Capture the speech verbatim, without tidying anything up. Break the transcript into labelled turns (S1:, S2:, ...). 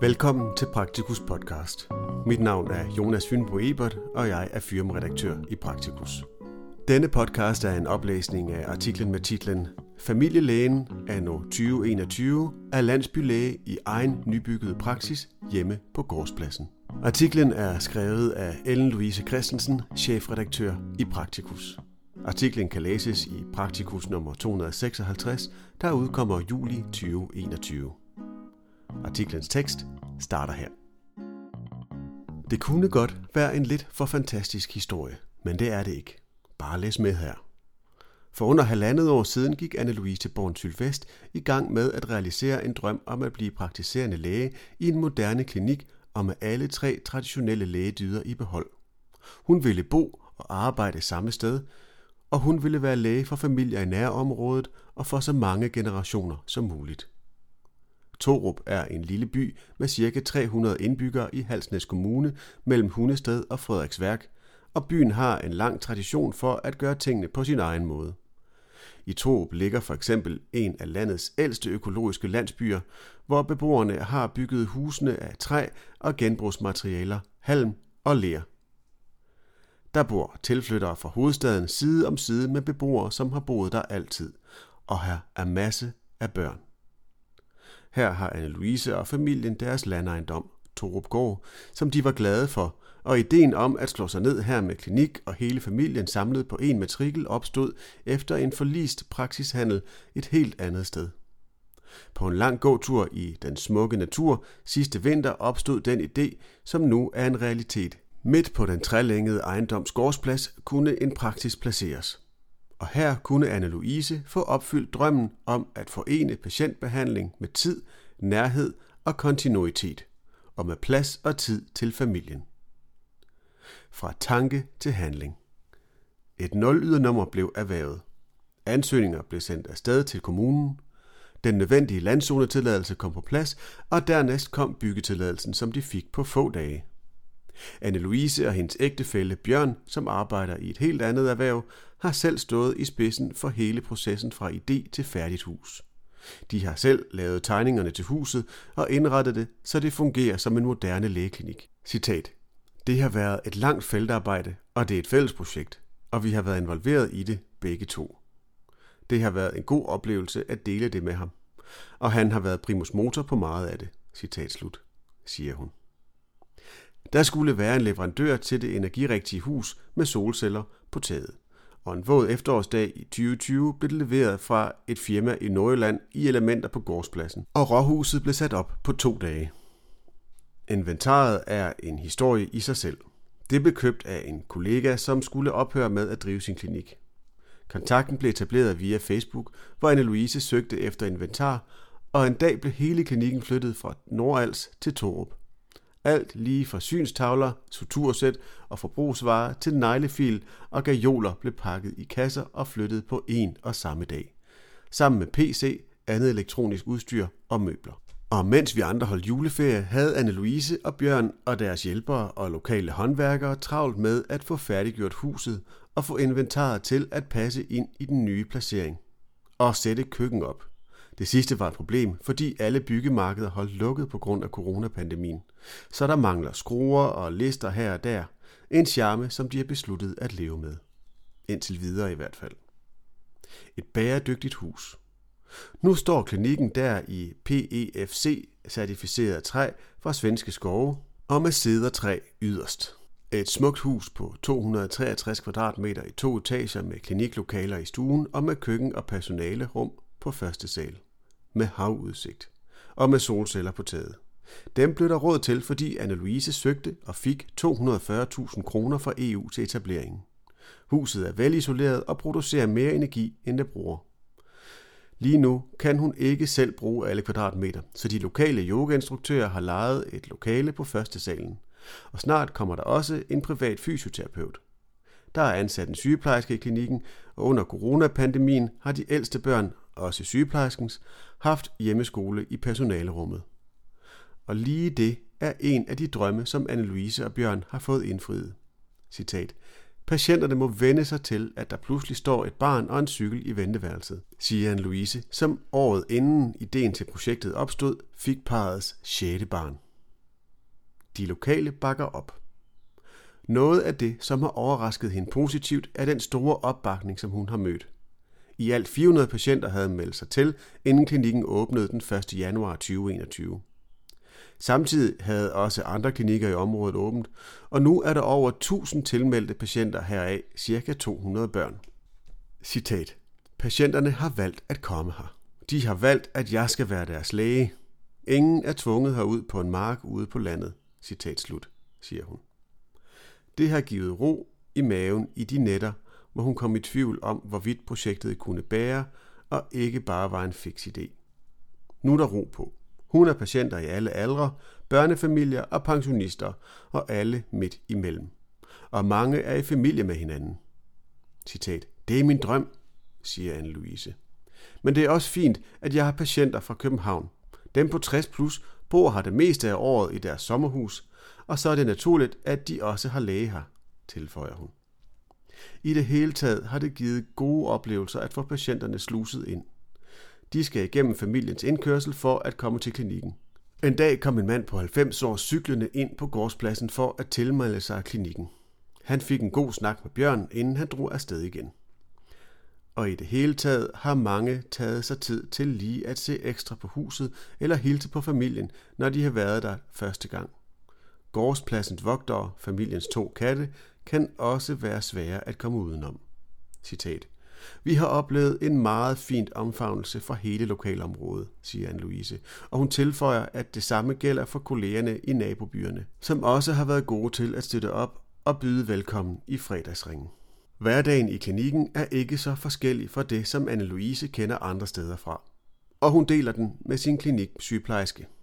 S1: Velkommen til Praktikus podcast. Mit navn er Jonas Fynbo Ebert, og jeg er firmaredaktør i Praktikus. Denne podcast er en oplæsning af artiklen med titlen Familielægen anno tyve enogtyve er landsbylæge i egen nybyggede praksis hjemme på gårdspladsen. Artiklen er skrevet af Ellen Louise Christensen, chefredaktør i Praktikus. Artiklen kan læses i Praktikus nummer to hundrede seksoghalvtreds, der udkommer juli tyve enogtyve. Artiklens tekst starter her. Det kunne godt være en lidt for fantastisk historie, men det er det ikke. Bare læs med her. For under halvandet år siden gik Anne-Louise Born-Sylvest i gang med at realisere en drøm om at blive praktiserende læge i en moderne klinik og med alle tre traditionelle lægedyder i behold. Hun ville bo og arbejde samme sted, og hun ville være læge for familier i nærområdet og for så mange generationer som muligt. Torup er en lille by med ca. tre hundrede indbyggere i Halsnæs Kommune mellem Hundested og Frederiksværk, og byen har en lang tradition for at gøre tingene på sin egen måde. I Torup ligger for eksempel en af landets ældste økologiske landsbyer, hvor beboerne har bygget husene af træ og genbrugsmaterialer, halm og ler. Der bor tilflyttere fra hovedstaden side om side med beboere, som har boet der altid, og her er masse af børn. Her har Anne-Louise og familien deres landejendom, Torup Gård, som de var glade for, og ideen om at slå sig ned her med klinik og hele familien samlet på en matrikel opstod efter en forlist praksishandel et helt andet sted. På en lang gåtur i den smukke natur sidste vinter opstod den idé, som nu er en realitet. Midt på den trælængede ejendoms gårdsplads kunne en praksis placeres. Og her kunne Anne-Louise få opfyldt drømmen om at forene patientbehandling med tid, nærhed og kontinuitet, og med plads og tid til familien. Fra tanke til handling. Et nul-ydernummer blev erhvervet. Ansøgninger blev sendt afsted til kommunen. Den nødvendige landzonetilladelse kom på plads, og dernæst kom byggetilladelsen, som de fik på få dage. Anne-Louise og hendes ægtefælle Bjørn, som arbejder i et helt andet erhverv, har selv stået i spidsen for hele processen fra idé til færdigt hus. De har selv lavet tegningerne til huset og indrettet det, så det fungerer som en moderne lægeklinik. Citat. Det har været et langt feltarbejde, og det er et fælles projekt, og vi har været involveret i det begge to. Det har været en god oplevelse at dele det med ham, og han har været primus motor på meget af det. Citat slut, siger hun. Der skulle være en leverandør til det energirigtige hus med solceller på taget, og en våd efterårsdag i tyve tyve blev det leveret fra et firma i Nordjylland i elementer på gårdspladsen, og råhuset blev sat op på to dage. Inventaret er en historie i sig selv. Det blev købt af en kollega, som skulle ophøre med at drive sin klinik. Kontakten blev etableret via Facebook, hvor Anne-Louise søgte efter inventar, og en dag blev hele klinikken flyttet fra Nordals til Torup. Alt lige fra synstavler, sutursæt og forbrugsvarer til neglefil og gajoler blev pakket i kasser og flyttet på en og samme dag. Sammen med P C, andet elektronisk udstyr og møbler. Og mens vi andre holdt juleferie, havde Anne-Louise og Bjørn og deres hjælpere og lokale håndværkere travlt med at få færdiggjort huset og få inventaret til at passe ind i den nye placering. Og sætte køkken op. Det sidste var et problem, fordi alle byggemarkeder holdt lukket på grund af coronapandemien. Så der mangler skruer og lister her og der. En charme, som de har besluttet at leve med. Indtil videre i hvert fald. Et bæredygtigt hus. Nu står klinikken der i P E F C-certificeret træ fra svenske skove og med cedertræ yderst. Et smukt hus på to hundrede treogtres kvadratmeter i to etager med kliniklokaler i stuen og med køkken og personalerum på første sal. Med havudsigt og med solceller på taget. Dem blev der råd til, fordi Anne-Louise søgte og fik to hundrede og fyrre tusind kroner fra E U til etableringen. Huset er velisoleret og producerer mere energi, end det bruger. Lige nu kan hun ikke selv bruge alle kvadratmeter, så de lokale yogainstruktører har lejet et lokale på første salen. Og snart kommer der også en privat fysioterapeut. Der er ansat en sygeplejerske i klinikken, og under coronapandemien har de ældste børn, også sygeplejerskens, haft hjemmeskole i personalerummet. Og lige det er en af de drømme, som Anne-Louise og Bjørn har fået indfriet. Citat. Patienterne må vende sig til, at der pludselig står et barn og en cykel i venteværelset, siger Anne-Louise, som året inden ideen til projektet opstod, fik parrets sjette barn. De lokale bakker op. Noget af det, som har overrasket hende positivt, er den store opbakning, som hun har mødt. I alt fire hundrede patienter havde meldt sig til, inden klinikken åbnede den første januar tyve enogtyve. Samtidig havde også andre klinikker i området åbent, og nu er der over tusind tilmeldte patienter, heraf ca. to hundrede børn. Citat. Patienterne har valgt at komme her. De har valgt, at jeg skal være deres læge. Ingen er tvunget herud på en mark ude på landet. Citat slut, siger hun. Det har givet ro i maven i de nætter, hvor hun kom i tvivl om, hvorvidt projektet kunne bære, og ikke bare var en fiks idé. Nu er der ro på. Hun er patienter i alle aldre, børnefamilier og pensionister, og alle midt imellem. Og mange er i familie med hinanden. Citat. Det er min drøm, siger Anne-Louise. Men det er også fint, at jeg har patienter fra København. Dem på tres plus bor her det meste af året i deres sommerhus, og så er det naturligt, at de også har læge her, tilføjer hun. I det hele taget har det givet gode oplevelser at få patienterne sluset ind. De skal igennem familiens indkørsel for at komme til klinikken. En dag kom en mand på halvfems år cyklende ind på gårdspladsen for at tilmelde sig klinikken. Han fik en god snak med Bjørn, inden han drog afsted igen. Og i det hele taget har mange taget sig tid til lige at se ekstra på huset eller hilse på familien, når de har været der første gang. Gårdspladsens vogtere, familiens to katte, kan også være svære at komme udenom. Citat. Vi har oplevet en meget fint omfavnelse fra hele lokalområdet, siger Anne-Louise, og hun tilføjer, at det samme gælder for kollegerne i nabobyerne, som også har været gode til at støtte op og byde velkommen i fredagsringen. Hverdagen i klinikken er ikke så forskellig fra det, som Anne-Louise kender andre steder fra, og hun deler den med sin kliniksygeplejerske.